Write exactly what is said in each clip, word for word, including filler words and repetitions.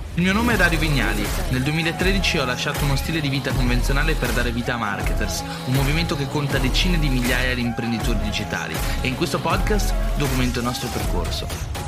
Il mio nome è Dario Vignali. Nel duemilatredici ho lasciato uno stile di vita convenzionale per dare vita a Marketers, un movimento che conta decine di migliaia di imprenditori digitali, e in questo podcast documento il nostro percorso.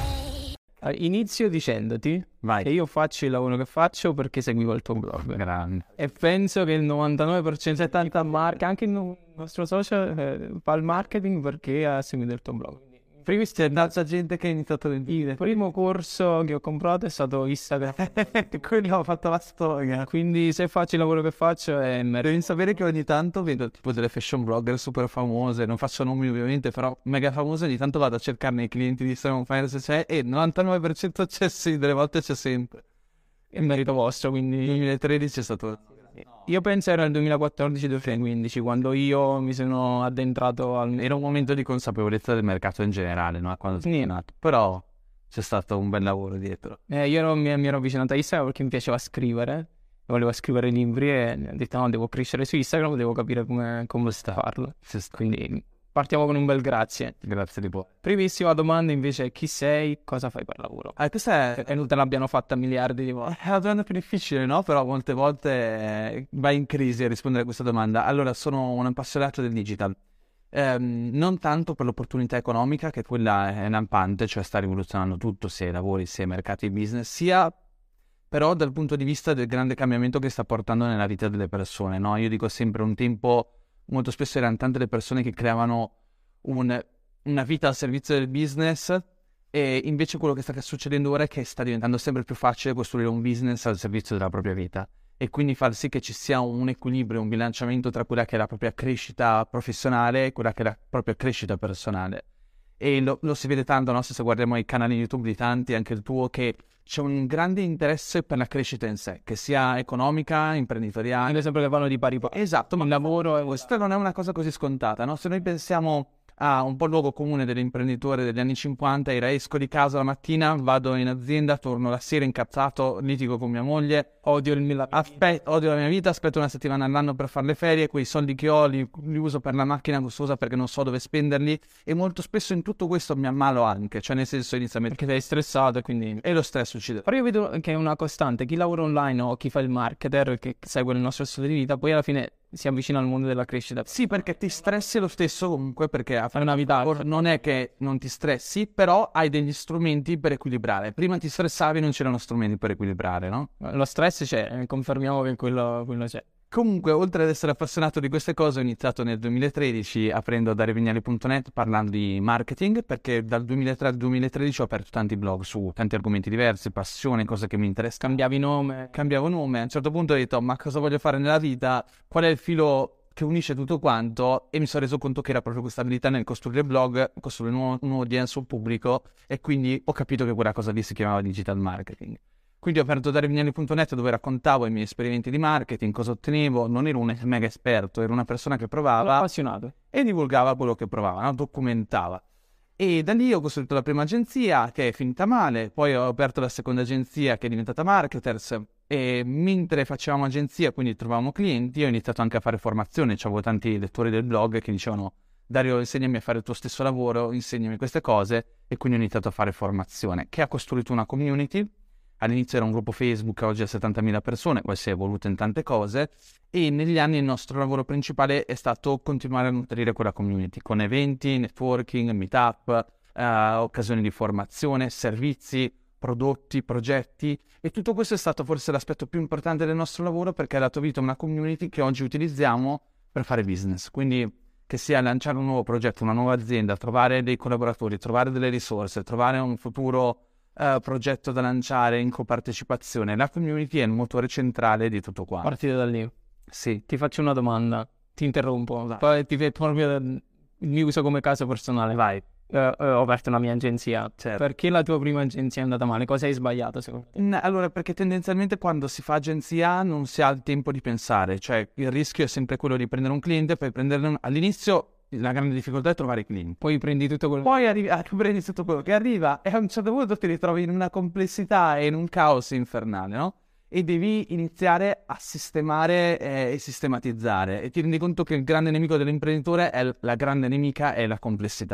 Inizio dicendoti Vai. che io faccio il lavoro che faccio perché seguivo il tuo blog. Grande. E penso che il novantanove per cento settanta marca, anche il nostro social eh, fa il marketing perché ha seguito il tuo blog. Primis c'è tanta gente che ha iniziato a dire. Il primo corso che ho comprato è stato Instagram. Quello ho fatto la storia. Quindi se faccio il lavoro che faccio è merito. Devi sapere che ogni tanto vedo tipo delle fashion blogger super famose, non faccio nomi ovviamente, però mega famose, ogni tanto vado a cercarne i clienti di Instagram Finance c'è, e il novantanove per cento c'è, sì, delle volte c'è sempre. È merito vostro, quindi duemilatredici è stato... io penso era il duemilaquattordici duemilaquindici quando io mi sono addentrato al... Era un momento di consapevolezza del mercato in generale, no? Quando sono Sì. nato. Però c'è stato un bel lavoro dietro. Eh, io ero, mi, mi ero avvicinato a Instagram perché mi piaceva scrivere, volevo scrivere libri e ho detto no, devo crescere su Instagram, devo capire come, come farlo. C'è sta- Quindi partiamo con un bel grazie. Grazie di cuore. Primissima domanda invece, chi sei, cosa fai per lavoro? Ah, questa è... E non te l'abbiano fatta miliardi di volte. È la domanda più difficile, no? Però molte volte eh, vai in crisi a rispondere a questa domanda. Allora, sono un appassionato del digital. Ehm, non tanto per l'opportunità economica, che quella è lampante, cioè sta rivoluzionando tutto, sia i lavori, sia i mercati di business, sia però dal punto di vista del grande cambiamento che sta portando nella vita delle persone, no? Io dico sempre, un tempo molto spesso erano tante le persone che creavano un, una vita al servizio del business, e invece quello che sta succedendo ora è che sta diventando sempre più facile costruire un business al servizio della propria vita, e quindi far sì che ci sia un equilibrio, un bilanciamento tra quella che è la propria crescita professionale e quella che è la propria crescita personale. E lo, lo si vede tanto, no? Se guardiamo i canali YouTube di tanti, anche il tuo, che c'è un grande interesse per la crescita in sé, che sia economica, imprenditoriale. Anche sempre che vanno di pari pari. Esatto, ma Il lavoro è questa non è una cosa così scontata, no? Se noi pensiamo a un po' il luogo comune dell'imprenditore degli anni cinquanta, era esco di casa la mattina, vado in azienda, torno la sera incazzato, litigo con mia moglie, odio il mio Aspe- odio la mia vita, aspetto una settimana all'anno per fare le ferie, quei soldi che ho li, li uso per la macchina costosa perché non so dove spenderli, e molto spesso in tutto questo mi ammalo anche, cioè nel senso inizialmente... perché sei stressato e quindi... E lo stress uccide. Però io vedo che è una costante, chi lavora online o chi fa il marketer, che segue il nostro stile di vita, poi alla fine si avvicina al mondo della crescita. Sì, perché ti stressi lo stesso comunque, perché a Fai una vita... non è che non ti stressi, però hai degli strumenti per equilibrare. Prima ti stressavi, non c'erano strumenti per equilibrare, no? Lo stress c'è, confermiamo che quello, quello c'è. Comunque, oltre ad essere appassionato di queste cose, ho iniziato nel duemilatredici aprendo da dario vignali punto net parlando di marketing, perché dal duemilatré al duemilatredici ho aperto tanti blog su tanti argomenti diversi, passione, cose che mi interessano. Cambiavi nome. Cambiavo nome, a un certo punto ho detto, ma cosa voglio fare nella vita? Qual è il filo che unisce tutto quanto? E mi sono reso conto che era proprio questa abilità nel costruire blog, costruire un, un audience, un pubblico, e quindi ho capito che quella cosa lì si chiamava digital marketing. Quindi ho aperto dario vignali punto net, dove raccontavo i miei esperimenti di marketing, cosa ottenevo. Non ero un mega esperto, ero una persona che provava Appassionato. e divulgava quello che provava, no? Documentava. E da lì ho costruito la prima agenzia, che è finita male, poi ho aperto la seconda agenzia, che è diventata Marketers, e mentre facevamo agenzia, quindi trovavamo clienti, ho iniziato anche a fare formazione. C'avevo tanti lettori del blog che dicevano, Dario, insegnami a fare il tuo stesso lavoro, insegnami queste cose, e quindi ho iniziato a fare formazione, che ha costruito una community. All'inizio era un gruppo Facebook, oggi ha settantamila persone, poi si è evoluto in tante cose, e negli anni il nostro lavoro principale è stato continuare a nutrire quella community con eventi, networking, meetup, eh, occasioni di formazione, servizi, prodotti, progetti, e tutto questo è stato forse l'aspetto più importante del nostro lavoro, perché ha dato vita a una community che oggi utilizziamo per fare business. Quindi che sia lanciare un nuovo progetto, una nuova azienda, trovare dei collaboratori, trovare delle risorse, trovare un futuro Uh, progetto da lanciare in copartecipazione, la community è il motore centrale di tutto qua. Partite da lì. Sì. Ti faccio una domanda, ti interrompo. Vai. Poi ti fai proprio il mio uso come caso personale. Vai. Uh, uh, ho aperto una mia agenzia. Certo. Perché la tua prima agenzia è andata male? Cosa hai sbagliato secondo te? Mm, allora, perché tendenzialmente quando si fa agenzia non si ha il tempo di pensare, cioè il rischio è sempre quello di prendere un cliente, poi prenderne un... all'inizio la grande difficoltà è trovare i clienti. Poi prendi tutto quello... Poi arrivi, ah, prendi tutto quello che arriva, e a un certo punto ti ritrovi in una complessità e in un caos infernale, no? E devi iniziare a sistemare eh, e sistematizzare, e ti rendi conto che il grande nemico dell'imprenditore è l- la grande nemica è la complessità.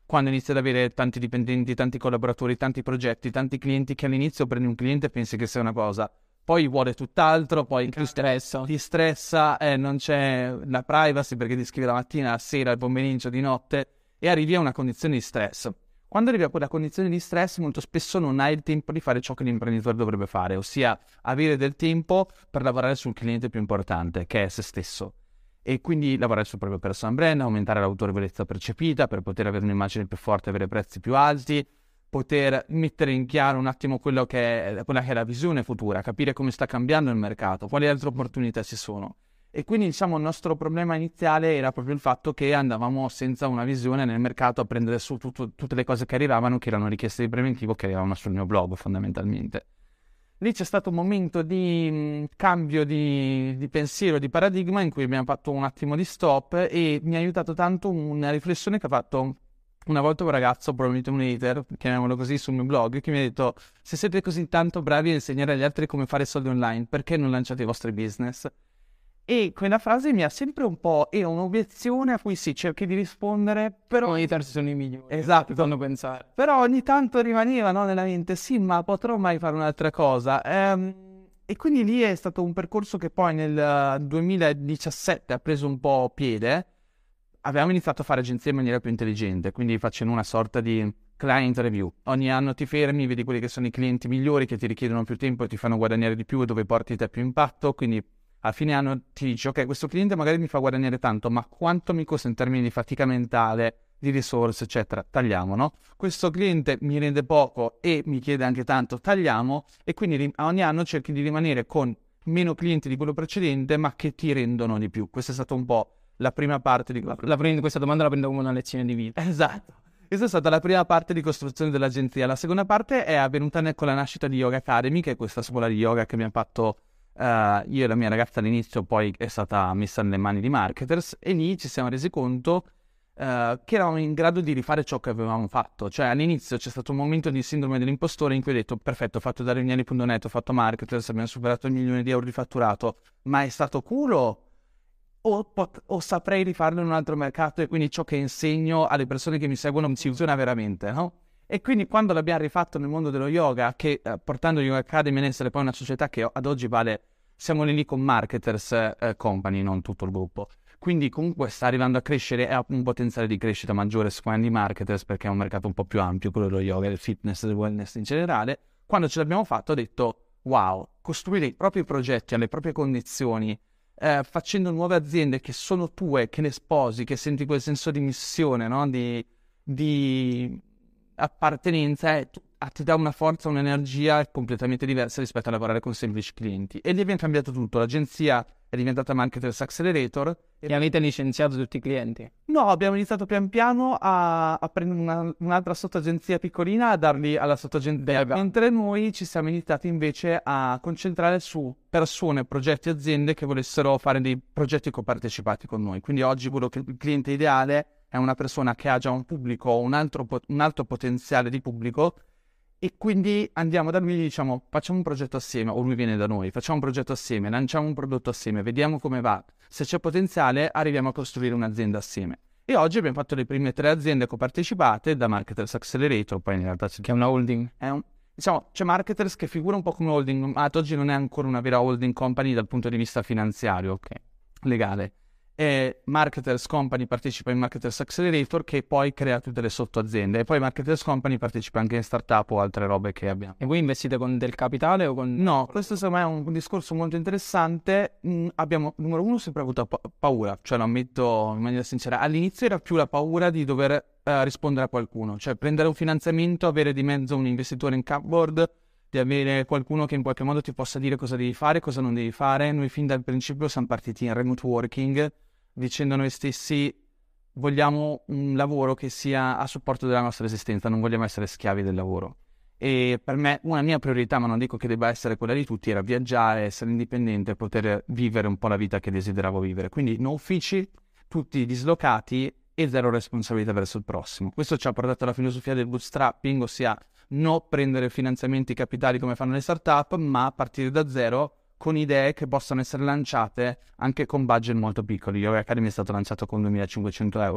quando inizi ad avere tanti dipendenti, tanti collaboratori, tanti progetti, tanti clienti, che all'inizio prendi un cliente e pensi che sia una cosa, poi vuole tutt'altro, poi Ti stressa. ti stressa, eh, non c'è la privacy perché ti scrive la mattina, la sera, il pomeriggio, di notte, e arrivi a una condizione di stress. Quando arrivi a quella condizione di stress, molto spesso non hai il tempo di fare ciò che l'imprenditore dovrebbe fare, ossia avere del tempo per lavorare sul cliente più importante, che è se stesso. E quindi lavorare sul proprio personal brand, aumentare l'autorevolezza percepita per poter avere un'immagine più forte, avere prezzi più alti, poter mettere in chiaro un attimo quello che è, quella che è la visione futura, capire come sta cambiando il mercato, quali altre opportunità ci sono. E quindi, diciamo, il nostro problema iniziale era proprio il fatto che andavamo senza una visione nel mercato a prendere su tutto, tutte le cose che arrivavano, che erano richieste di preventivo, che arrivavano sul mio blog fondamentalmente. Lì c'è stato un momento di mh, cambio di, di pensiero, di paradigma, in cui abbiamo fatto un attimo di stop, e mi ha aiutato tanto una riflessione che ha fatto una volta un ragazzo, probabilmente un hater, chiamiamolo così, sul mio blog, che mi ha detto: se siete così tanto bravi a insegnare agli altri come fare soldi online, perché non lanciate i vostri business? E quella frase mi ha sempre un po'... è un'obiezione a cui si cerchi di rispondere, però... I terzi sono i migliori. Esatto. Ti fanno pensare. Però ogni tanto rimaneva, no, nella mente, sì, ma potrò mai fare un'altra cosa? Ehm, e quindi lì è stato un percorso che poi nel duemiladiciassette ha preso un po' piede. Avevamo iniziato a fare agenzie in maniera più intelligente, quindi facendo una sorta di client review. Ogni anno ti fermi, vedi quelli che sono i clienti migliori, che ti richiedono più tempo e ti fanno guadagnare di più, e dove porti te più impatto, quindi... a fine anno ti dici: ok, questo cliente magari mi fa guadagnare tanto, ma quanto mi costa in termini di fatica mentale, di risorse, eccetera? Tagliamo, no? Questo cliente mi rende poco e mi chiede anche tanto, tagliamo. E quindi ogni anno cerchi di rimanere con meno clienti di quello precedente, ma che ti rendono di più. Questa è stata un po' la prima parte di... La, la prendo, questa domanda la prendo come una lezione di vita. Esatto. Questa è stata la prima parte di costruzione dell'agenzia. La seconda parte è avvenuta con la nascita di Yoga Academy, che è questa scuola di yoga che abbiamo fatto Uh, io e la mia ragazza all'inizio, poi è stata messa nelle mani di marketers, e lì ci siamo resi conto uh, che eravamo in grado di rifare ciò che avevamo fatto. Cioè all'inizio c'è stato un momento di sindrome dell'impostore in cui ho detto: perfetto, ho fatto da Rignani punto net, ho fatto marketers, abbiamo superato il milione di euro di fatturato, ma è stato culo? O, pot- o saprei rifarlo in un altro mercato, e quindi ciò che insegno alle persone che mi seguono si funziona veramente, no? E quindi quando l'abbiamo rifatto nel mondo dello yoga, che eh, portando Yoga Academy in essere poi una società che ad oggi vale, siamo lì con marketers eh, company, non tutto il gruppo. Quindi comunque sta arrivando a crescere e ha un potenziale di crescita maggiore su quelli di marketers, perché è un mercato un po' più ampio, quello dello yoga, del fitness, del wellness in generale. Quando ce l'abbiamo fatto ho detto: wow, costruire i propri progetti alle proprie condizioni, eh, facendo nuove aziende che sono tue, che ne sposi, che senti quel senso di missione, no? Di... di... appartenenza, è, ti dà una forza, un'energia completamente diversa rispetto a lavorare con semplici clienti. E lì abbiamo cambiato tutto. L'agenzia è diventata Marketers Accelerator. E avete licenziato tutti i clienti? No, abbiamo iniziato pian piano a, a prendere una, un'altra sottoagenzia piccolina, a darli alla sottoagenzia, mentre noi ci siamo iniziati invece a concentrare su persone, progetti, aziende che volessero fare dei progetti copartecipati con noi. Quindi oggi quello che il cliente ideale è una persona che ha già un pubblico, un altro, un alto potenziale di pubblico, e quindi andiamo da lui e gli diciamo: facciamo un progetto assieme, o lui viene da noi, facciamo un progetto assieme, lanciamo un prodotto assieme, vediamo come va. Se c'è potenziale arriviamo a costruire un'azienda assieme. E oggi abbiamo fatto le prime tre aziende copartecipate da Marketers Accelerator, poi in realtà c'è... che è una holding. È un... Diciamo, c'è Marketers che figura un po' come holding, ma ad oggi non è ancora una vera holding company dal punto di vista finanziario, ok, legale. E Marketers Company partecipa in Marketers Accelerator, che poi crea tutte le sottoaziende, e poi Marketers Company partecipa anche in startup o altre robe che abbiamo. E voi investite con del capitale o con... No, questo secondo me è un, un discorso molto interessante. Mm, abbiamo, numero uno, sempre avuto pa- paura, cioè lo ammetto in maniera sincera. All'inizio era più la paura di dover uh, rispondere a qualcuno, cioè prendere un finanziamento, avere di mezzo un investitore in cupboard, di avere qualcuno che in qualche modo ti possa dire cosa devi fare, cosa non devi fare. Noi fin dal principio siamo partiti in remote working, dicendo noi stessi: vogliamo un lavoro che sia a supporto della nostra esistenza, non vogliamo essere schiavi del lavoro. E per me una mia priorità, ma non dico che debba essere quella di tutti, era viaggiare, essere indipendente, poter vivere un po' la vita che desideravo vivere. Quindi no uffici, tutti dislocati e zero responsabilità verso il prossimo. Questo ci ha portato alla filosofia del bootstrapping, ossia non prendere finanziamenti capitali come fanno le startup, ma partire da zero con idee che possano essere lanciate anche con budget molto piccoli. Yoga Academy è stato lanciato con duemilacinquecento euro.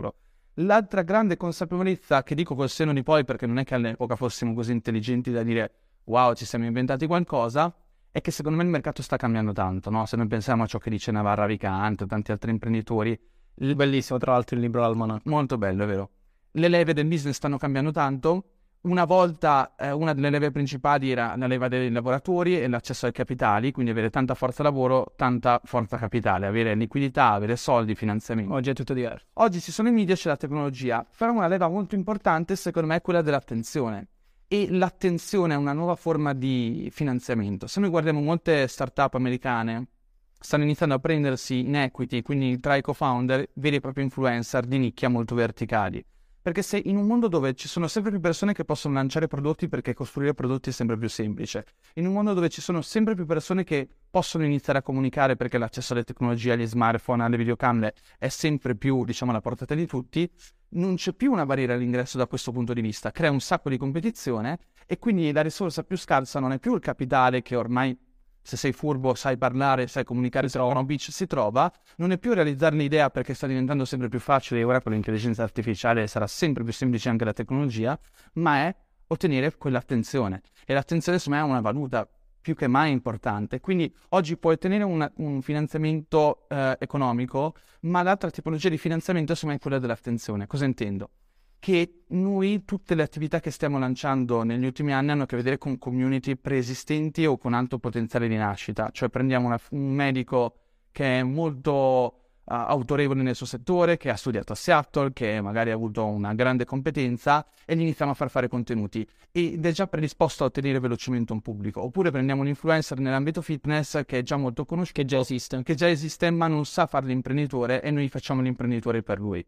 L'altra grande consapevolezza, che dico col senno di poi perché non è che all'epoca fossimo così intelligenti da dire wow, ci siamo inventati qualcosa, è che secondo me il mercato sta cambiando tanto, no? Se noi pensiamo a ciò che dice Navarra Vicante o tanti altri imprenditori, il... bellissimo tra l'altro il libro Almanac. Molto bello, è vero. Le leve del business stanno cambiando tanto. Una volta eh, una delle leve principali era la leva dei lavoratori e l'accesso ai capitali, quindi avere tanta forza lavoro, tanta forza capitale, avere liquidità, avere soldi, finanziamenti. Oggi è tutto diverso. Oggi ci sono i media, c'è la tecnologia, però una leva molto importante secondo me è quella dell'attenzione. E l'attenzione è una nuova forma di finanziamento. Se noi guardiamo molte startup americane, stanno iniziando a prendersi in equity, quindi tra i co-founder, veri e propri influencer di nicchia molto verticali. Perché se in un mondo dove ci sono sempre più persone che possono lanciare prodotti perché costruire prodotti è sempre più semplice, in un mondo dove ci sono sempre più persone che possono iniziare a comunicare perché l'accesso alle tecnologie, agli smartphone, alle videocamere è sempre più, diciamo, alla portata di tutti, non c'è più una barriera all'ingresso da questo punto di vista, crea un sacco di competizione e quindi la risorsa più scarsa non è più il capitale che ormai, se sei furbo, sai parlare, sai comunicare, si trova, Beach si trova, non è più realizzare l'idea perché sta diventando sempre più facile e ora con l'intelligenza artificiale sarà sempre più semplice anche la tecnologia, ma è ottenere quell'attenzione. E l'attenzione secondo me è una valuta più che mai importante. Quindi oggi puoi ottenere una, un finanziamento eh, economico, ma l'altra tipologia di finanziamento secondo me è quella dell'attenzione. Cosa intendo? Che noi, tutte le attività che stiamo lanciando negli ultimi anni hanno a che vedere con community preesistenti o con alto potenziale di nascita. Cioè prendiamo una, un medico che è molto uh, autorevole nel suo settore, che ha studiato a Seattle, che magari ha avuto una grande competenza e gli iniziamo a far fare contenuti. Ed è già predisposto a ottenere velocemente un pubblico. Oppure prendiamo un influencer nell'ambito fitness che è già molto conosciuto, Che già esiste. che già esiste ma non sa fare l'imprenditore e noi facciamo l'imprenditore per lui.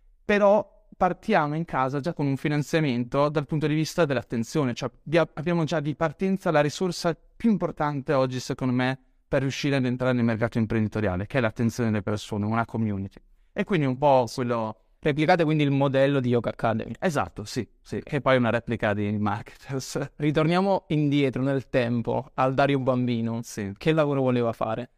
Però partiamo in casa già con un finanziamento dal punto di vista dell'attenzione, cioè abbiamo già di partenza la risorsa più importante oggi secondo me per riuscire ad entrare nel mercato imprenditoriale, che è l'attenzione delle persone, una community. E quindi un po' quello... Replicate quindi il modello di Yoga Academy. Esatto, sì, sì, che poi è una replica di Marketers. Ritorniamo indietro nel tempo, al Dario bambino. Sì. Che lavoro voleva fare?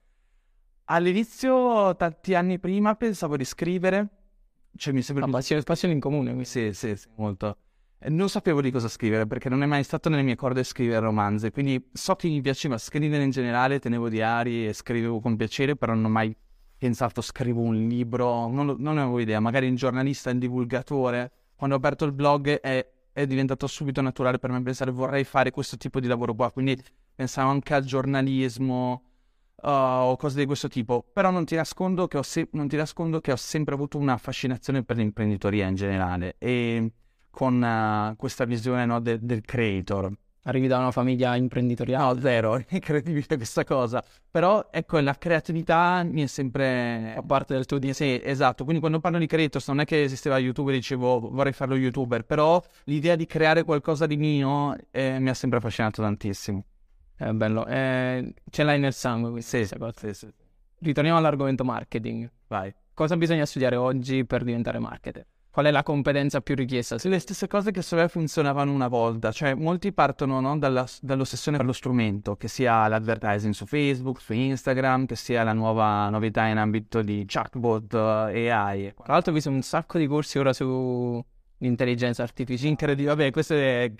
All'inizio, tanti anni prima, pensavo di scrivere. Cioè mi sembra Ah, passione, passione in comune, quindi. Sì, sì, sì, molto. E non sapevo di cosa scrivere perché non è mai stato nelle mie corde scrivere romanzi, quindi so che mi piaceva scrivere in generale, tenevo diari e scrivevo con piacere, però non ho mai pensato scrivo un libro, non, lo, non avevo idea, magari il giornalista, il divulgatore. Quando ho aperto il blog è, è diventato subito naturale per me pensare vorrei fare questo tipo di lavoro qua, quindi pensavo anche al giornalismo, Uh, o cose di questo tipo, però non ti nascondo che ho, se- non ti nascondo che ho sempre avuto una fascinazione per l'imprenditoria in generale e con uh, questa visione, no, de- del creator. Arrivi da una famiglia imprenditoriale? No, zero, è incredibile questa cosa, però ecco la creatività mi è sempre... Fa parte del tuo D N A. Sì, esatto, quindi quando parlo di creators non è che esisteva YouTube e dicevo vorrei farlo youtuber, però l'idea di creare qualcosa di mio eh, mi ha sempre affascinato tantissimo. È bello, eh, ce l'hai nel sangue questa Sì, cosa. sì, sì. Ritorniamo all'argomento marketing. Vai. Cosa bisogna studiare oggi per diventare marketer? Qual è la competenza più richiesta? Le stesse cose che secondo me funzionavano una volta, cioè molti partono, no, dalla, dall'ossessione per lo strumento, che sia l'advertising su Facebook, su Instagram, che sia la nuova novità in ambito di chatbot, A I. Tra l'altro ho visto un sacco di corsi ora su l'intelligenza artificiale. Incredibile, vabbè, questo è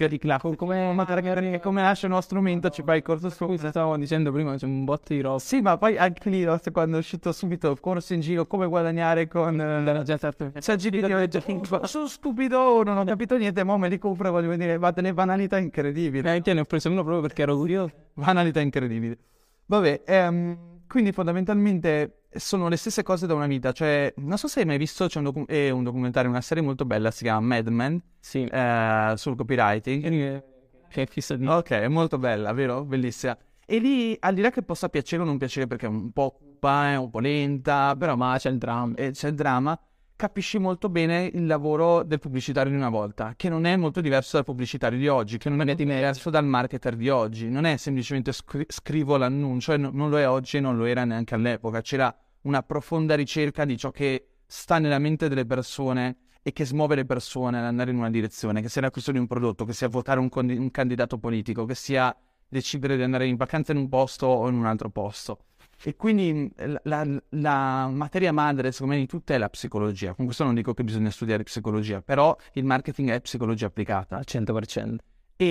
come, come nasce uno strumento, ci fai il corso su. Scusa, stavo dicendo prima, c'è un botto di roba. Sì, ma poi anche lì, no, quando è uscito subito corso in giro, come guadagnare con l'intelligenza artificiale. Cioè, giri, sono stupido, non ho capito niente, ma me li compro, voglio vedere, va delle banalità incredibili. Eh, te ne ho preso uno proprio perché ero curioso. Banalità incredibili. Vabbè, ehm, quindi fondamentalmente sono le stesse cose da una vita, cioè non so se hai mai visto, c'è un, docu- eh, un documentario, una serie molto bella, si chiama Mad Men, sì, eh, sul copywriting. Che fissa di... Ok, è molto bella, vero? Bellissima. E lì, al di là che possa piacere o non piacere perché è un po' cupa, è un po' lenta, però ma c'è il dramma, eh, c'è il dramma, capisci molto bene il lavoro del pubblicitario di una volta, che non è molto diverso dal pubblicitario di oggi, che non è diverso dal marketer di oggi, non è semplicemente scri- scrivo l'annuncio, e no, non lo è oggi e non lo era neanche all'epoca, c'era una profonda ricerca di ciò che sta nella mente delle persone e che smuove le persone ad andare in una direzione, che sia l'acquisto di un prodotto, che sia votare un, con- un candidato politico, che sia decidere di andare in vacanza in un posto o in un altro posto. E quindi la, la materia madre, secondo me, di tutta è la psicologia. Con questo non dico che bisogna studiare psicologia, però il marketing è psicologia applicata. Al cento per cento.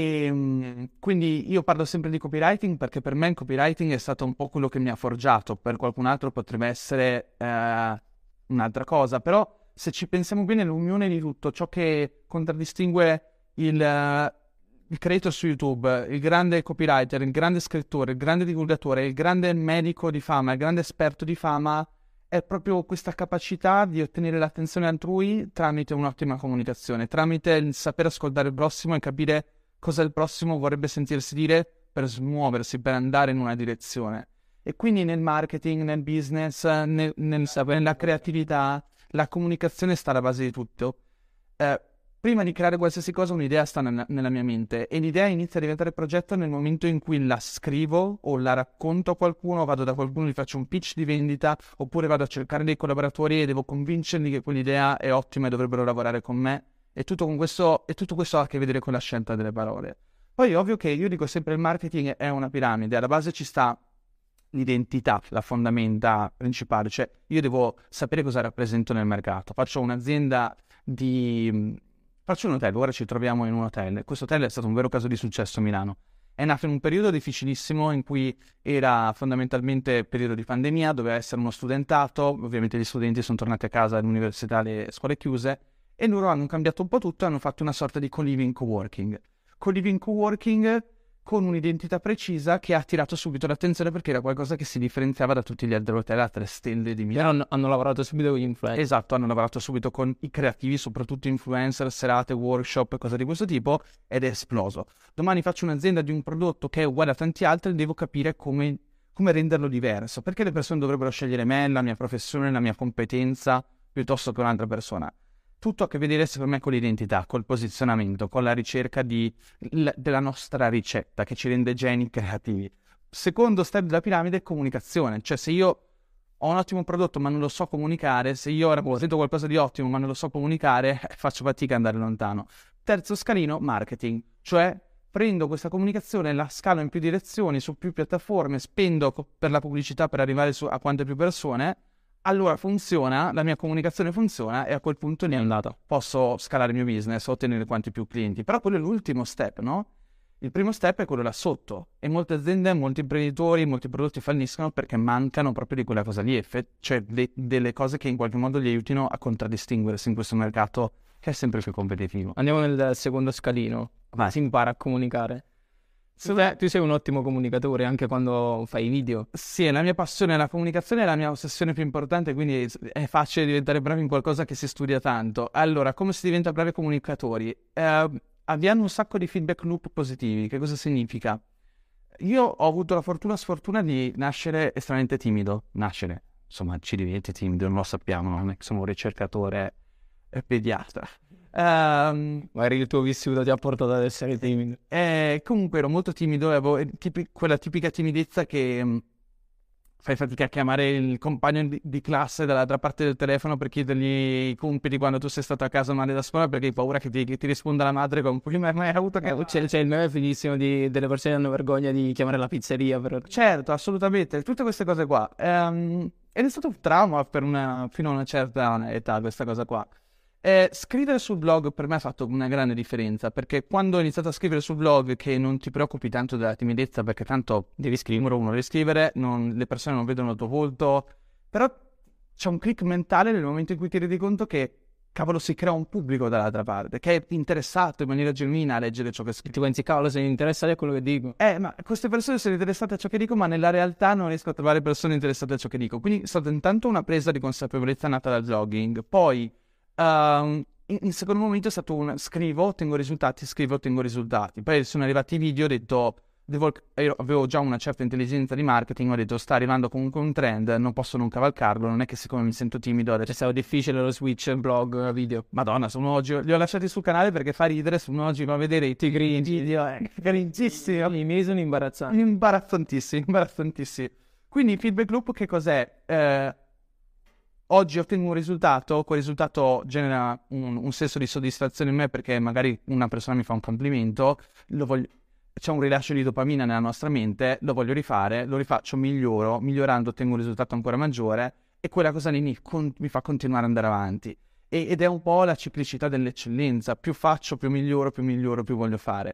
E quindi io parlo sempre di copywriting perché per me il copywriting è stato un po' quello che mi ha forgiato, per qualcun altro potrebbe essere eh, un'altra cosa, però se ci pensiamo bene l'unione di tutto, ciò che contraddistingue il, uh, il creator su YouTube, il grande copywriter, il grande scrittore, il grande divulgatore, il grande medico di fama, il grande esperto di fama, è proprio questa capacità di ottenere l'attenzione altrui tramite un'ottima comunicazione, tramite il saper ascoltare il prossimo e capire cosa il prossimo vorrebbe sentirsi dire per smuoversi, per andare in una direzione. E quindi nel marketing, nel business, nel, nel, nella creatività, la comunicazione sta alla base di tutto. Eh, prima di creare qualsiasi cosa un'idea sta nella, nella mia mente e l'idea inizia a diventare progetto nel momento in cui la scrivo o la racconto a qualcuno, vado da qualcuno, gli faccio un pitch di vendita oppure vado a cercare dei collaboratori e devo convincerli che quell'idea è ottima e dovrebbero lavorare con me. E tutto, con questo, e tutto questo ha a che vedere con la scelta delle parole. Poi è ovvio che io dico sempre il marketing è una piramide, alla base ci sta l'identità, la fondamenta principale, cioè io devo sapere cosa rappresento nel mercato. Faccio un'azienda di... faccio un hotel, ora ci troviamo in un hotel. Questo hotel è stato un vero caso di successo a Milano. È nato in un periodo difficilissimo in cui era fondamentalmente periodo di pandemia, doveva essere uno studentato, ovviamente gli studenti sono tornati a casa all'università, le scuole chiuse, e loro hanno cambiato un po' tutto e hanno fatto una sorta di co-living co-working. Co-living co-working con un'identità precisa che ha attirato subito l'attenzione perché era qualcosa che si differenziava da tutti gli altri hotel a tre stelle di Milano. Hanno, hanno lavorato subito con gli influencer. Esatto, hanno lavorato subito con i creativi, soprattutto influencer, serate, workshop, cose di questo tipo, ed è esploso. Domani faccio un'azienda di un prodotto che è uguale a tanti altri, devo capire come, come renderlo diverso, perché le persone dovrebbero scegliere me, la mia professione, la mia competenza, piuttosto che un'altra persona. Tutto a che vedere secondo me con l'identità, col posizionamento, con la ricerca di, l- della nostra ricetta che ci rende geni creativi. Secondo step della piramide è comunicazione, cioè se io ho un ottimo prodotto ma non lo so comunicare, se io rappresento qualcosa di ottimo ma non lo so comunicare, faccio fatica ad andare lontano. Terzo scalino, marketing, cioè prendo questa comunicazione, la scalo in più direzioni, su più piattaforme, spendo co- per la pubblicità per arrivare su- a quante più persone. Allora funziona, la mia comunicazione funziona e a quel punto ne è andata. Posso scalare il mio business, ottenere quanti più clienti. Però quello è l'ultimo step, no? Il primo step è quello là sotto. E molte aziende, molti imprenditori, molti prodotti falliscono perché mancano proprio di quella cosa lì. Effe- cioè de- delle cose che in qualche modo li aiutino a contraddistinguersi in questo mercato che è sempre più competitivo. Andiamo nel secondo scalino. Vai. Si impara a comunicare. Tu, tu sei un ottimo comunicatore anche quando fai video. Sì, la mia passione, la comunicazione è la mia ossessione più importante, quindi è facile diventare bravi in qualcosa che si studia tanto. Allora, come si diventa bravi comunicatori? Eh, avviando un sacco di feedback loop positivi. Che cosa significa? Io ho avuto la fortuna sfortuna di nascere estremamente timido. Nascere, insomma, ci diventi timido, non lo sappiamo, non è che sono un ricercatore e pediatra. Um, Magari il tuo vissuto ti ha portato ad essere timido. Eh, comunque ero molto timido, avevo tipi- quella tipica timidezza che mh, fai fatica a chiamare il compagno di, di classe dall'altra parte del telefono per chiedergli i compiti quando tu sei stato a casa male da scuola perché hai paura che ti, che ti risponda la madre con cui mai hai avuto che... Eh, c'è, c'è il meme finissimo di, delle persone che hanno vergogna di chiamare la pizzeria per... Certo, assolutamente, tutte queste cose qua. Um, ed è stato un trauma per una, fino a una certa età questa cosa qua. Eh, scrivere sul blog per me ha fatto una grande differenza, perché quando ho iniziato a scrivere sul blog che non ti preoccupi tanto della timidezza, perché tanto devi scrivere, numero uno, devi scrivere, non, le persone non vedono il tuo volto, però c'è un click mentale nel momento in cui ti rendi conto che cavolo si crea un pubblico dall'altra parte, che è interessato in maniera genuina a leggere ciò che scrivo. Ti pensi, cavolo, sei interessato a quello che dico? Eh, ma queste persone sono interessate a ciò che dico, ma nella realtà non riesco a trovare persone interessate a ciò che dico, quindi è stata intanto una presa di consapevolezza nata dal jogging, poi... Um, in, in secondo momento è stato un scrivo, ottengo risultati, scrivo, ottengo risultati. Poi sono arrivati i video, ho detto, devo, io avevo già una certa intelligenza di marketing, ho detto sta arrivando comunque un trend, non posso non cavalcarlo, non è che siccome mi sento timido adesso... È stato difficile lo switch blog video. Madonna, sono oggi, li ho lasciati sul canale perché fa ridere, sono oggi va a vedere i tigri video, eh, cringissimi. I miei sono imbarazzanti. Imbarazzantissimi, imbarazzantissimi. Quindi il feedback loop che cos'è? Eh... Oggi ottengo un risultato, quel risultato genera un, un senso di soddisfazione in me perché magari una persona mi fa un complimento, lo voglio... c'è un rilascio di dopamina nella nostra mente, lo voglio rifare, lo rifaccio, miglioro, migliorando ottengo un risultato ancora maggiore e quella cosa lì mi, con- mi fa continuare ad andare avanti. E- ed è un po' la ciclicità dell'eccellenza, più faccio, più miglioro, più miglioro, più voglio fare.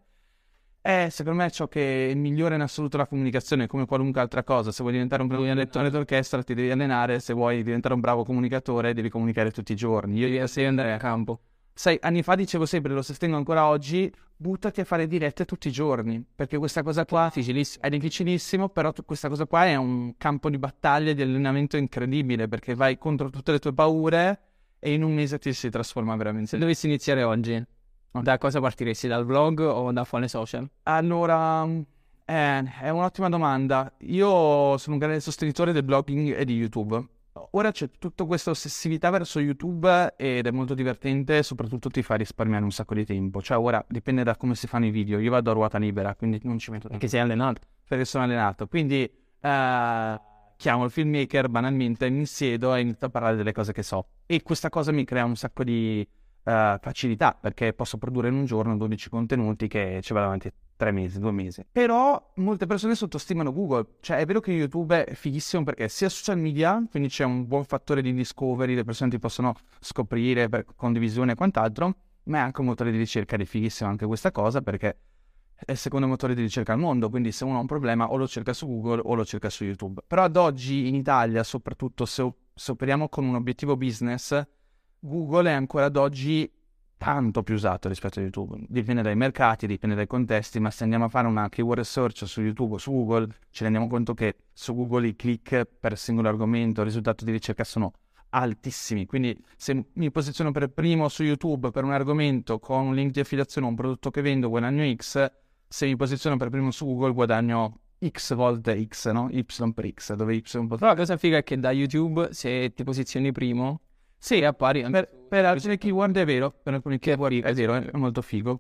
È secondo me ciò che migliora in assoluto la comunicazione, come qualunque altra cosa. Se vuoi diventare un bravo direttore d'orchestra ti devi allenare, se vuoi diventare un bravo comunicatore devi comunicare tutti i giorni. Io Devi devi andare a campo. Sai, anni fa dicevo sempre, lo sostengo ancora oggi, buttati a fare dirette tutti i giorni, perché questa cosa qua è difficilissimo, però tu- questa cosa qua è un campo di battaglia e di allenamento incredibile, perché vai contro tutte le tue paure e in un mese ti si trasforma veramente. Se dovessi iniziare oggi, da cosa partiresti? Dal vlog o da fare social? Allora, eh, è un'ottima domanda. Io sono un grande sostenitore del blogging e di YouTube. Ora c'è tutta questa ossessività verso YouTube ed è molto divertente, soprattutto ti fa risparmiare un sacco di tempo. Cioè ora dipende da come si fanno i video. Io vado a ruota libera, quindi non ci metto tanto. Perché sei allenato. Perché sono allenato. Quindi eh, chiamo il filmmaker banalmente, mi siedo e inizio a parlare delle cose che so. E questa cosa mi crea un sacco di eh, facilità, perché posso produrre in un giorno dodici contenuti che ci vado avanti tre mesi, due mesi. Però molte persone sottostimano Google. Cioè è vero che YouTube è fighissimo perché sia social media, quindi c'è un buon fattore di discovery, le persone ti possono scoprire per condivisione e quant'altro, ma è anche un motore di ricerca ed è fighissimo anche questa cosa perché è il secondo motore di ricerca al mondo, quindi se uno ha un problema o lo cerca su Google o lo cerca su YouTube. Però ad oggi in Italia, soprattutto se, se operiamo con un obiettivo business, Google è ancora ad oggi tanto più usato rispetto a YouTube. Dipende dai mercati, dipende dai contesti, ma se andiamo a fare una keyword search su YouTube o su Google, ci rendiamo conto che su Google i click per singolo argomento, il risultato di ricerca sono altissimi. Quindi se mi posiziono per primo su YouTube per un argomento con un link di affiliazione o un prodotto che vendo, guadagno X. Se mi posiziono per primo su Google, guadagno X volte X, no? Y per X, dove Y è un po'... Però la cosa figa è che da YouTube, se ti posizioni primo, Sì, appari anche per, per alcune keyword è vero, per alcune keyword è vero, è molto figo.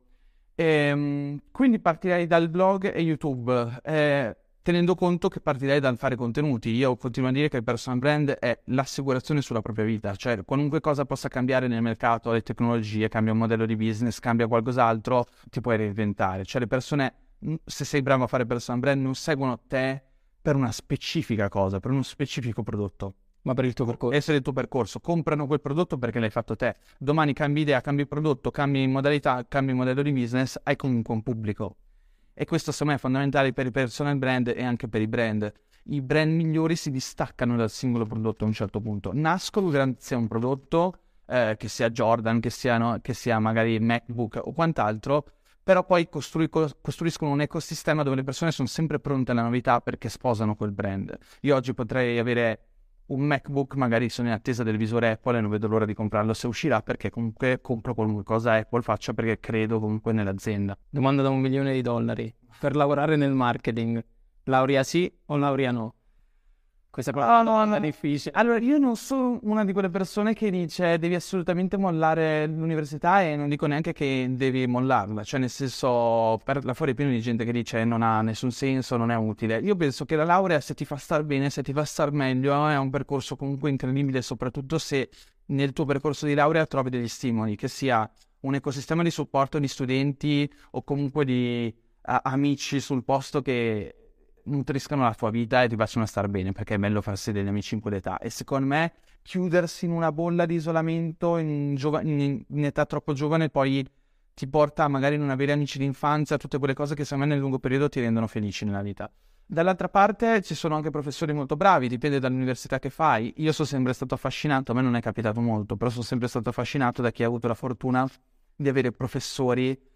Ehm, quindi partirei dal blog e YouTube, eh, tenendo conto che partirei dal fare contenuti. Io continuo a dire che il personal brand è l'assicurazione sulla propria vita, cioè qualunque cosa possa cambiare nel mercato, le tecnologie, cambia un modello di business, cambia qualcos'altro, ti puoi reinventare. Cioè le persone, se sei bravo a fare personal brand, non seguono te per una specifica cosa, per uno specifico prodotto, ma per il tuo percorso. essere il tuo percorso, comprano quel prodotto perché l'hai fatto te. Domani cambi idea, cambi prodotto, cambi modalità, cambi modello di business, hai comunque un pubblico. E questo secondo me è fondamentale per i personal brand e anche per i brand. I brand migliori si distaccano dal singolo prodotto a un certo punto. Nascono grazie a un prodotto, eh, che sia Jordan, che sia, no, che sia magari MacBook o quant'altro, però poi costrui- costruiscono un ecosistema dove le persone sono sempre pronte alla novità perché sposano quel brand. Io oggi potrei avere un MacBook, magari sono in attesa del visore Apple e non vedo l'ora di comprarlo se uscirà, perché comunque compro qualunque cosa Apple faccia perché credo comunque nell'azienda. Domanda da un milione di dollari. Per lavorare nel marketing, laurea sì o laurea no? Questa Ah, no, è no. difficile. Allora, io non sono una di quelle persone che dice devi assolutamente mollare l'università e non dico neanche che devi mollarla, cioè nel senso, per là fuori è pieno di gente che dice non ha nessun senso, non è utile. Io penso che la laurea, se ti fa star bene, se ti fa star meglio, è un percorso comunque incredibile, soprattutto se nel tuo percorso di laurea trovi degli stimoli, che sia un ecosistema di supporto di studenti o comunque di a- amici sul posto che nutriscano la tua vita e ti facciano star bene, perché è bello farsi degli amici in quell'età. E secondo me chiudersi in una bolla di isolamento in, giova- in, in età troppo giovane poi ti porta a magari non avere amici d'infanzia, tutte quelle cose che secondo me nel lungo periodo ti rendono felici nella vita. Dall'altra parte ci sono anche professori molto bravi, dipende dall'università che fai. Io sono sempre stato affascinato, a me non è capitato molto, però sono sempre stato affascinato da chi ha avuto la fortuna di avere professori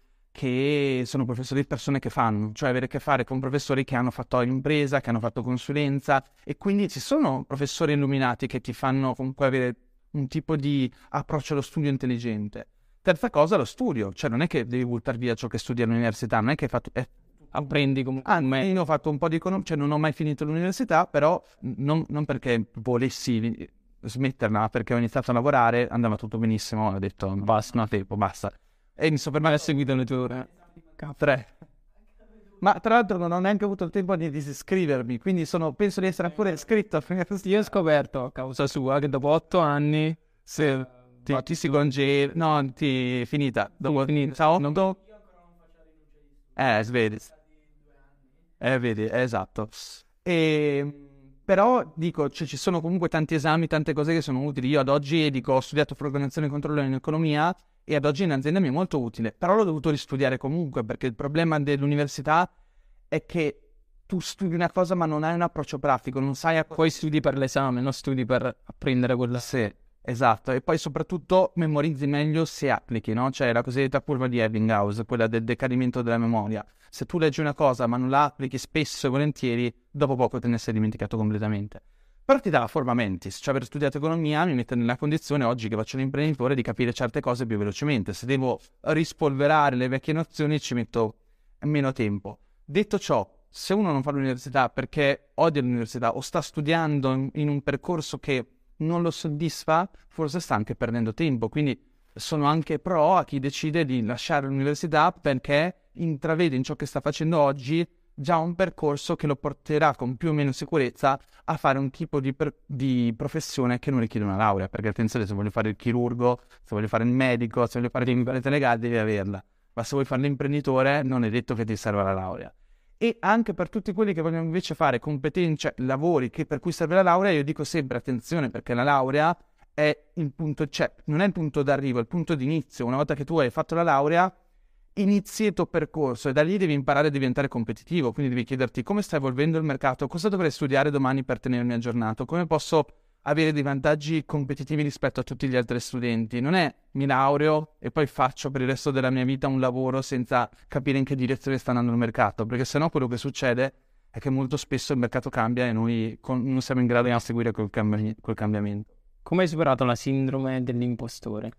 che sono professori di persone che fanno, cioè avere a che fare con professori che hanno fatto impresa, che hanno fatto consulenza, e quindi ci sono professori illuminati che ti fanno comunque avere un tipo di approccio allo studio intelligente. Terza cosa, lo studio, cioè non è che devi buttare via ciò che studi all'università, non è che hai fatto... Eh, Apprendi comunque. ah, io ho fatto un po' di economia, cioè non ho mai finito l'università, però non, non perché volessi smetterla, ma perché ho iniziato a lavorare, andava tutto benissimo, ho detto basta, no tempo, basta. E mi sono fermato a seguire le tue ore. Tre. Ma tra l'altro non ho neanche avuto il tempo di disiscrivermi, quindi sono, penso di essere ancora iscritto. Io ho scoperto a causa sua che dopo otto anni Se ti, ti si congela, no, ti è finita. Dopo, finita. Ciao, non do... Eh, svedi. Eh, vedi, è esatto. E, però dico, cioè, ci sono comunque tanti esami, tante cose che sono utili. Io ad oggi dico, ho studiato programmazione e controllo in economia e ad oggi in azienda mi è molto utile, però l'ho dovuto ristudiare comunque, perché il problema dell'università è che tu studi una cosa ma non hai un approccio pratico, non sai a... Poi studi per l'esame, non studi per apprendere quella... Sì, esatto, e poi soprattutto memorizzi meglio se applichi, no? Cioè la cosiddetta curva di Ebbinghaus, quella del decadimento della memoria. Se tu leggi una cosa ma non la applichi spesso e volentieri, dopo poco te ne sei dimenticato completamente. Però ti dà la forma mentis, cioè aver studiato economia mi mette nella condizione oggi che faccio l'imprenditore di capire certe cose più velocemente. Se devo rispolverare le vecchie nozioni ci metto meno tempo. Detto ciò, se uno non fa l'università perché odia l'università o sta studiando in, in un percorso che non lo soddisfa, forse sta anche perdendo tempo. Quindi sono anche pro a chi decide di lasciare l'università perché intravede in ciò che sta facendo oggi già un percorso che lo porterà con più o meno sicurezza a fare un tipo di, per- di professione che non richiede una laurea. Perché attenzione, se voglio fare il chirurgo, se voglio fare il medico, se voglio fare l'imprenditore legale, devi averla. Ma se vuoi fare l'imprenditore non è detto che ti serva la laurea. E anche per tutti quelli che vogliono invece fare competenze, lavori che per cui serve la laurea, io dico sempre attenzione, perché la laurea è il punto, cioè non è il punto d'arrivo, è il punto d'inizio. Una volta che tu hai fatto la laurea, inizi il tuo percorso e da lì devi imparare a diventare competitivo, quindi devi chiederti come sta evolvendo il mercato, cosa dovrei studiare domani per tenermi aggiornato, come posso avere dei vantaggi competitivi rispetto a tutti gli altri studenti. Non è mi laureo e poi faccio per il resto della mia vita un lavoro senza capire in che direzione sta andando il mercato, perché sennò quello che succede è che molto spesso il mercato cambia e noi con- non siamo in grado di seguire quel, cambi- quel cambiamento. Come hai superato la sindrome dell'impostore?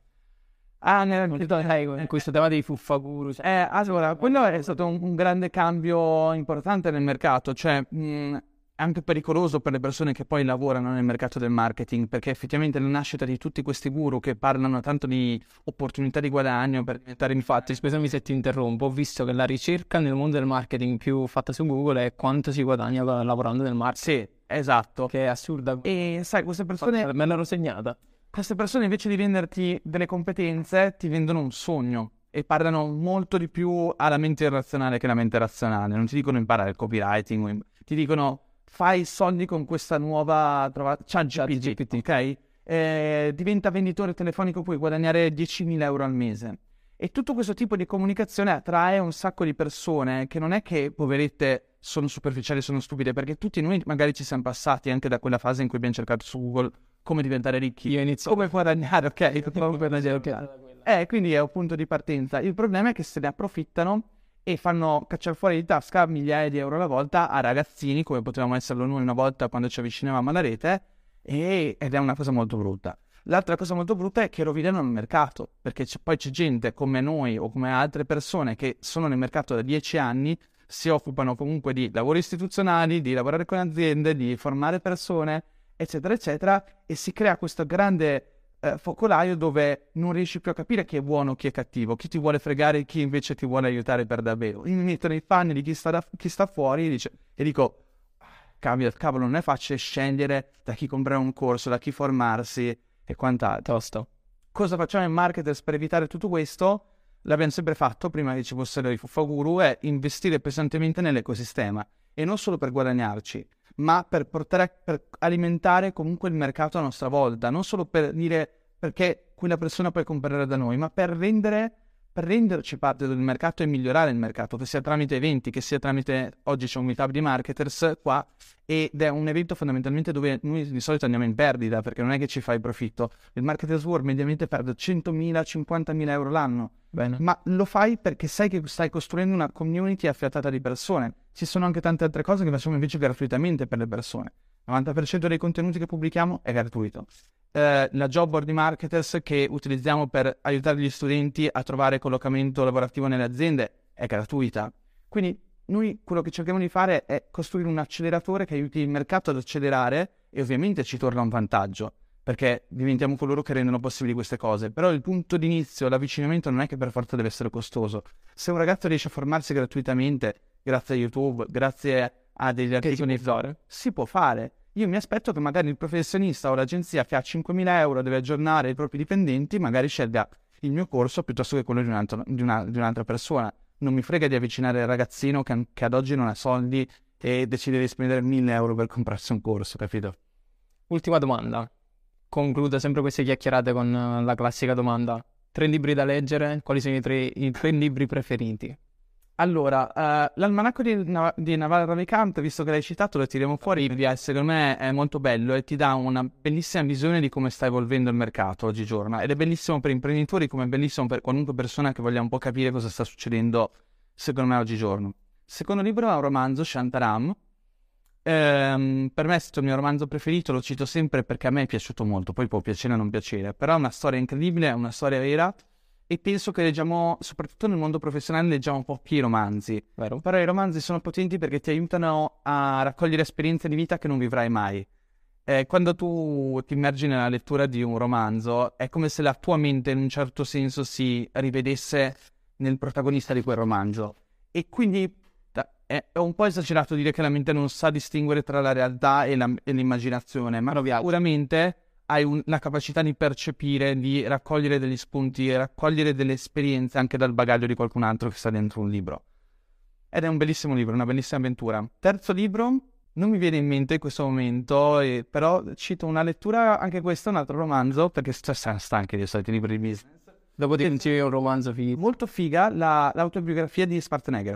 Ah, nel... In questo tema dei fuffaguru. Eh, allora, quello è stato un, un grande cambio importante nel mercato, cioè mh, è anche pericoloso per le persone che poi lavorano nel mercato del marketing, perché effettivamente la nascita di tutti questi guru che parlano tanto di opportunità di guadagno per diventare... Infatti, scusami se ti interrompo, ho visto che la ricerca nel mondo del marketing più fatta su Google è quanto si guadagna lavorando nel marketing. Sì, esatto. Che è assurda. E sai, queste persone... Me l'ero segnata. Queste persone invece di venderti delle competenze ti vendono un sogno e parlano molto di più alla mente irrazionale che alla mente razionale. Non ti dicono imparare il copywriting, ti dicono fai soldi con questa nuova trovata, ChatGPT, ok? Eh, diventa venditore telefonico, puoi guadagnare diecimila euro al mese. E tutto questo tipo di comunicazione attrae un sacco di persone che non è che, poverette, sono superficiali, sono stupide, perché tutti noi magari ci siamo passati anche da quella fase in cui abbiamo cercato su Google come diventare ricchi, io inizio come guadagnare, ok? Come guadagnare, ok? Eh, quindi è un punto di partenza. Il problema è che se ne approfittano e fanno cacciare fuori di tasca migliaia di euro alla volta a ragazzini, come potevamo esserlo noi una volta quando ci avvicinavamo alla rete, e... ed è una cosa molto brutta. L'altra cosa molto brutta è che rovinano il mercato, perché c'è, poi c'è gente come noi o come altre persone che sono nel mercato da dieci anni, si occupano comunque di lavori istituzionali, di lavorare con aziende, di formare persone, eccetera eccetera, e si crea questo grande eh, focolaio dove non riesci più a capire chi è buono, chi è cattivo, chi ti vuole fregare e chi invece ti vuole aiutare per davvero. Io mi metto nei panni di chi sta, da, chi sta fuori e, dice, e dico cavolo, cavolo, non è facile scegliere da chi comprare un corso, da chi formarsi e quant'altro. Tosto. Cosa facciamo in marketers per evitare tutto questo? L'abbiamo sempre fatto prima che ci fossero i fuffaguru, è investire pesantemente nell'ecosistema e non solo per guadagnarci, ma per portare, per alimentare comunque il mercato a nostra volta, non solo per dire perché quella persona può comprare da noi, ma per rendere per renderci parte del mercato e migliorare il mercato, che sia tramite eventi, che sia tramite, oggi c'è un meetup di marketers qua, ed è un evento fondamentalmente dove noi di solito andiamo in perdita, perché non è che ci fai profitto. Il Marketers World mediamente perde centomila, cinquantamila euro l'anno. Bene. Ma lo fai perché sai che stai costruendo una community affiatata di persone. Ci sono anche tante altre cose che facciamo invece gratuitamente per le persone. Il novanta per cento dei contenuti che pubblichiamo è gratuito. Eh, la job board di marketers che utilizziamo per aiutare gli studenti a trovare collocamento lavorativo nelle aziende è gratuita. Quindi noi quello che cerchiamo di fare è costruire un acceleratore che aiuti il mercato ad accelerare, e ovviamente ci torna un vantaggio, perché diventiamo coloro che rendono possibili queste cose. Però il punto d'inizio, l'avvicinamento non è che per forza deve essere costoso. Se un ragazzo riesce a formarsi gratuitamente grazie a YouTube, grazie a degli articoli, si può fare. Io mi aspetto che magari il professionista o l'agenzia che ha cinquemila euro deve aggiornare i propri dipendenti, magari scelga il mio corso piuttosto che quello di, un altro, di, una, di un'altra persona. non mi frega di avvicinare il ragazzino che, che ad oggi non ha soldi e decide di spendere mille euro per comprarsi un corso, capito? Ultima domanda. Concludo sempre queste chiacchierate con eh, la classica domanda. Tre libri da leggere, quali sono i tre, i tre libri preferiti? Allora, eh, l'almanacco di, Nav- di Naval Ravikant, visto che l'hai citato, lo tiriamo fuori. Bibbia, secondo me è molto bello e ti dà una bellissima visione di come sta evolvendo il mercato oggigiorno. Ed è bellissimo per imprenditori, come è bellissimo per qualunque persona che voglia un po' capire cosa sta succedendo, secondo me, oggigiorno. Secondo libro è un romanzo, Shantaram. Ehm, per me è stato il mio romanzo preferito, lo cito sempre perché a me è piaciuto molto, poi può piacere o non piacere, però è una storia incredibile, è una storia vera. E penso che leggiamo, soprattutto nel mondo professionale, leggiamo pochi romanzi, Vero? però i romanzi sono potenti perché ti aiutano a raccogliere esperienze di vita che non vivrai mai. Eh, quando tu ti immergi nella lettura di un romanzo, è come se la tua mente in un certo senso si rivedesse nel protagonista di quel romanzo. E quindi da- è, è un po' esagerato dire che la mente non sa distinguere tra la realtà e, la- e l'immaginazione, ma sicuramente hai un- la capacità di percepire, di raccogliere degli spunti, raccogliere delle esperienze anche dal bagaglio di qualcun altro che sta dentro un libro. Ed è un bellissimo libro, una bellissima avventura. Terzo libro, non mi viene in mente in questo momento, e- però cito una lettura, anche questo è un altro romanzo, perché st- siamo stanchi dei soliti libri di business. Dopo ti consiglio io un romanzo figo. Molto figa, la- l'autobiografia di Schwarzenegger.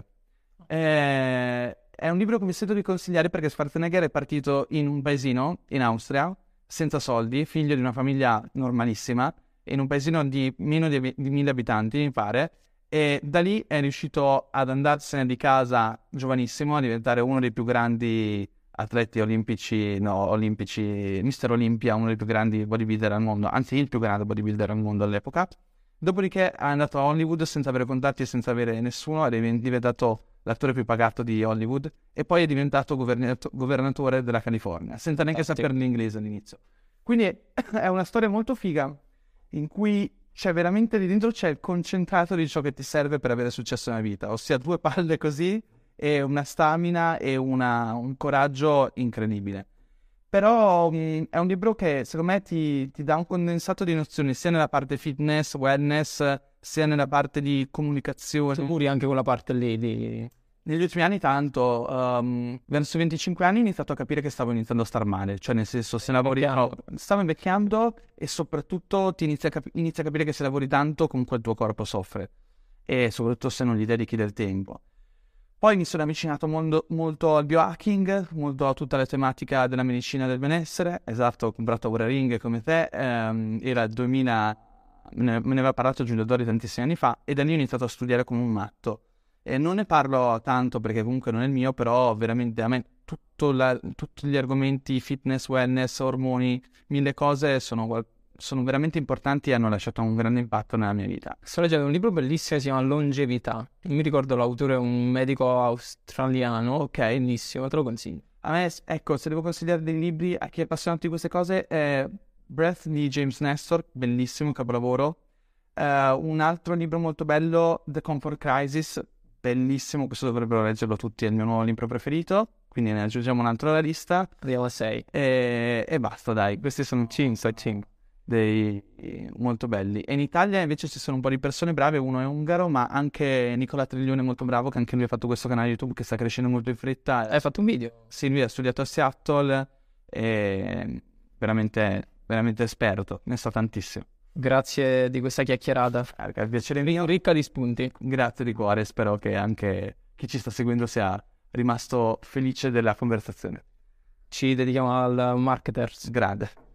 Eh, è un libro che mi sento di consigliare perché Schwarzenegger è partito in un paesino, in Austria, senza soldi, figlio di una famiglia normalissima, in un paesino di meno di, di mille abitanti, mi pare, e da lì è riuscito ad andarsene di casa giovanissimo, a diventare uno dei più grandi atleti olimpici, no, olimpici, mister Olympia, uno dei più grandi bodybuilder al mondo, anzi il più grande bodybuilder al mondo all'epoca. Dopodiché è andato a Hollywood senza avere contatti e senza avere nessuno, è diventato l'attore più pagato di Hollywood e poi è diventato governato- governatore della California, senza neanche sapere l'inglese all'inizio. Quindi è una storia molto figa, in cui c'è veramente lì dentro c'è il concentrato di ciò che ti serve per avere successo nella vita, ossia due palle così e una stamina e una- un coraggio incredibile. Però mh, è un libro che secondo me ti, ti dà un condensato di nozioni sia nella parte fitness, wellness, sia nella parte di comunicazione. Sicuri anche quella parte lì di... Negli ultimi anni tanto, um, verso i venticinque anni ho iniziato a capire che stavo iniziando a star male, cioè nel senso se lavori, no, stavo invecchiando e soprattutto ti inizi a, capi- inizi a capire che se lavori tanto comunque il tuo corpo soffre e soprattutto se non gli dedichi del tempo. Poi mi sono avvicinato mondo- molto al biohacking, molto a tutta la tematica della medicina del benessere, esatto, ho comprato Oura Ring come te, ehm, era il duemila, me ne, me ne aveva parlato Giulio Dori tantissimi anni fa e da lì ho iniziato a studiare come un matto. E non ne parlo tanto perché comunque non è il mio, però veramente a me tutto la- tutti gli argomenti fitness, wellness, ormoni, mille cose sono, qual- sono veramente importanti e hanno lasciato un grande impatto nella mia vita. Sto leggendo un libro bellissimo che si chiama Longevità. Non mi ricordo l'autore, è un medico australiano. Ok, bellissimo, te lo consiglio. A me, ecco, se devo consigliare dei libri a chi è appassionato di queste cose, è Breath di James Nestor, bellissimo, capolavoro. Eh, un altro libro molto bello, The Comfort Crisis, bellissimo, questo dovrebbero leggerlo tutti, è il mio nuovo libro preferito, quindi ne aggiungiamo un altro alla lista. Arriviamo a sei. E, e basta, dai, questi sono cinque, cinque dei molto belli. E in Italia invece ci sono un po' di persone brave, uno è ungaro, ma anche Nicola Triglione è molto bravo, che anche lui ha fatto questo canale YouTube che sta crescendo molto in fretta. Hai fatto un video? Sì, lui ha studiato a Seattle e veramente, veramente esperto, ne sa tantissimo. Grazie di questa chiacchierata. Eh, è piacere mio, Ricca di spunti. grazie di cuore, spero che anche chi ci sta seguendo sia rimasto felice della conversazione. Ci dedichiamo al marketers. Grande.